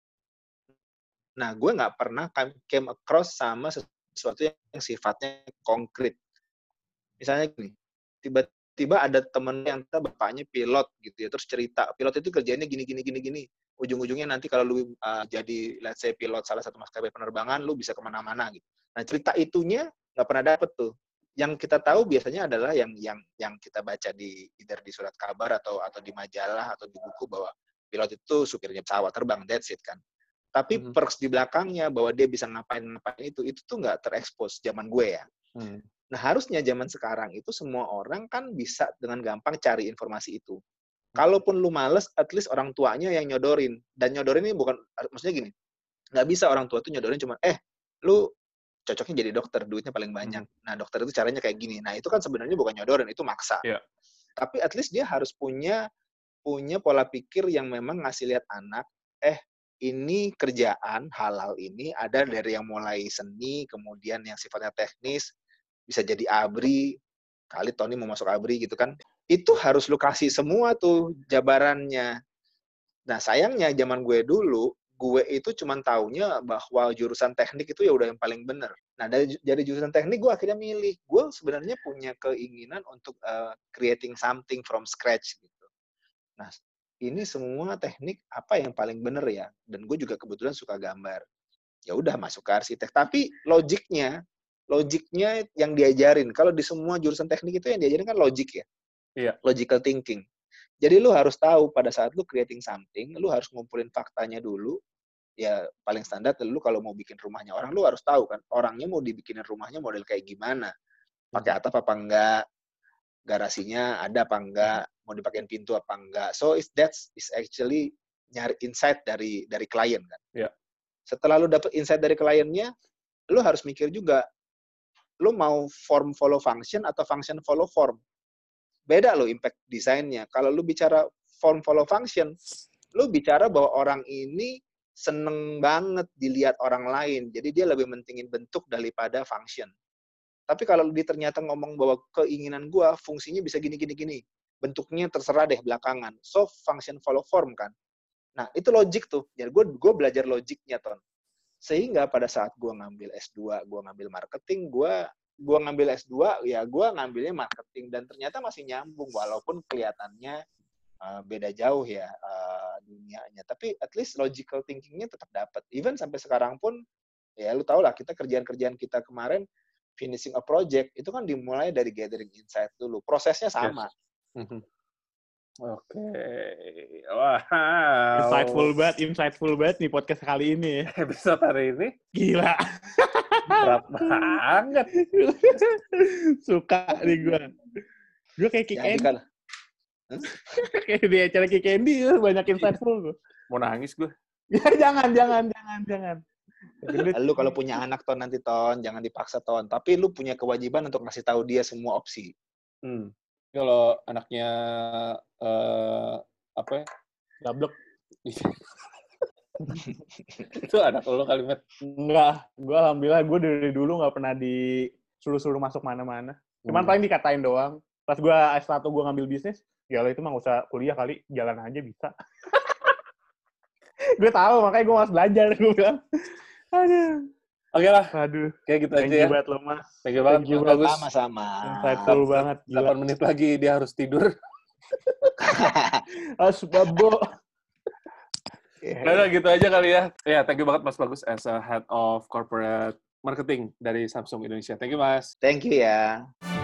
Nah, gue nggak pernah came across sama sesuatu yang sifatnya konkret. Misalnya gini, tiba-tiba ada temen yang bapaknya pilot gitu ya, terus cerita, pilot itu kerjanya gini. Ujung-ujungnya nanti kalau lu jadi, let's say, pilot salah satu maskapai penerbangan, lu bisa kemana-mana gitu. Nah, cerita itunya nggak pernah dapet tuh. Yang kita tahu biasanya adalah yang kita baca either di surat kabar atau di majalah atau di buku bahwa pilot itu supirnya pesawat terbang, that's it kan. Tapi perks di belakangnya bahwa dia bisa ngapain itu tuh nggak terekspos zaman gue ya. Nah, harusnya zaman sekarang itu semua orang kan bisa dengan gampang cari informasi itu. Kalaupun lu males, at least orang tuanya yang nyodorin. Dan nyodorin ini bukan, maksudnya gini, nggak bisa orang tua tuh nyodorin cuma, lu cocoknya jadi dokter, duitnya paling banyak. Nah, dokter itu caranya kayak gini. Nah, itu kan sebenarnya bukan nyodorin, itu maksa. Yeah. Tapi at least dia harus punya pola pikir yang memang ngasih lihat anak, ini kerjaan halal ini ada dari yang mulai seni, kemudian yang sifatnya teknis, bisa jadi ABRI, kali Tony mau masuk ABRI gitu kan, itu harus lu kasih semua tuh jabarannya. Nah, sayangnya zaman gue dulu, gue itu cuma taunya bahwa jurusan teknik itu ya udah yang paling bener. Nah, dari jurusan teknik gue akhirnya milih. Gue sebenarnya punya keinginan untuk creating something from scratch gitu. Nah, ini semua teknik apa yang paling bener ya? Dan gue juga kebetulan suka gambar. Ya udah masuk ke arsitek. Tapi logiknya yang diajarin. Kalau di semua jurusan teknik itu yang diajarin kan logik ya. Iya. Logical thinking. Jadi lu harus tahu pada saat lu creating something, lu harus ngumpulin faktanya dulu. Ya paling standar lu kalau mau bikin rumahnya orang, lu harus tahu kan orangnya mau dibikinin rumahnya model kayak gimana. Pakai atap apa enggak, garasinya ada apa enggak, mau dipakein pintu apa enggak. So that's actually nyari insight dari klien kan. Iya. Setelah lu dapet insight dari kliennya, lu harus mikir juga, lu mau form follow function atau function follow form. Beda lo impact desainnya. Kalau lu bicara form follow function, lu bicara bahwa orang ini seneng banget dilihat orang lain. Jadi dia lebih mentingin bentuk daripada function. Tapi kalau dia ternyata ngomong bahwa keinginan gua fungsinya bisa gini. Bentuknya terserah deh belakangan. So function follow form kan. Nah, itu logik tuh. Jadi gue belajar logiknya, Ton. Sehingga pada saat gue ngambil S2, gue ngambil marketing, gue ngambil S2, ya gue ngambilnya marketing. Dan ternyata masih nyambung, walaupun kelihatannya beda jauh ya dunianya. Tapi at least logical thinking-nya tetap dapat. Even sampai sekarang pun, ya lu tau lah, kita kerjaan-kerjaan kita kemarin, finishing a project, itu kan dimulai dari gathering insight dulu. Prosesnya sama. Yes. Oke. Wow. Insightful banget nih podcast kali ini. Episode hari ini Gila. berat banget. Suka nih gue. Gue kayak Kick Jadi Andy. kan, Kayak di acara Kick Andy ya, banyak insightful gue. Mau nangis gue. Ya, jangan. lu kalau punya anak Ton nanti Ton, jangan dipaksa Ton. Tapi lu punya kewajiban untuk ngasih tahu dia semua opsi. Kalau anaknya apa ya? Gablek. Itu anak lo kalimat. Enggak. Gue alhamdulillah gue dari dulu nggak pernah disuruh-suruh masuk mana-mana. Cuman paling dikatain doang. Pas gue S1 gue ngambil bisnis, ya lo itu mah nggak usah kuliah kali, jalan aja bisa. Gue tahu, makanya gue harus belajar. Gue bilang, aduh. Oke lah. Aduh. Kayak gitu Thank aja you ya. banget lo, Mas. Thank you banget, Mas Bagus. Sama-sama. Insightful banget. 8 menit lagi dia harus tidur. Babo. Udah gitu aja kali ya. Ya, thank you banget Mas Bagus as a Head of Corporate Marketing dari Samsung Indonesia. Thank you, Mas. Thank you ya.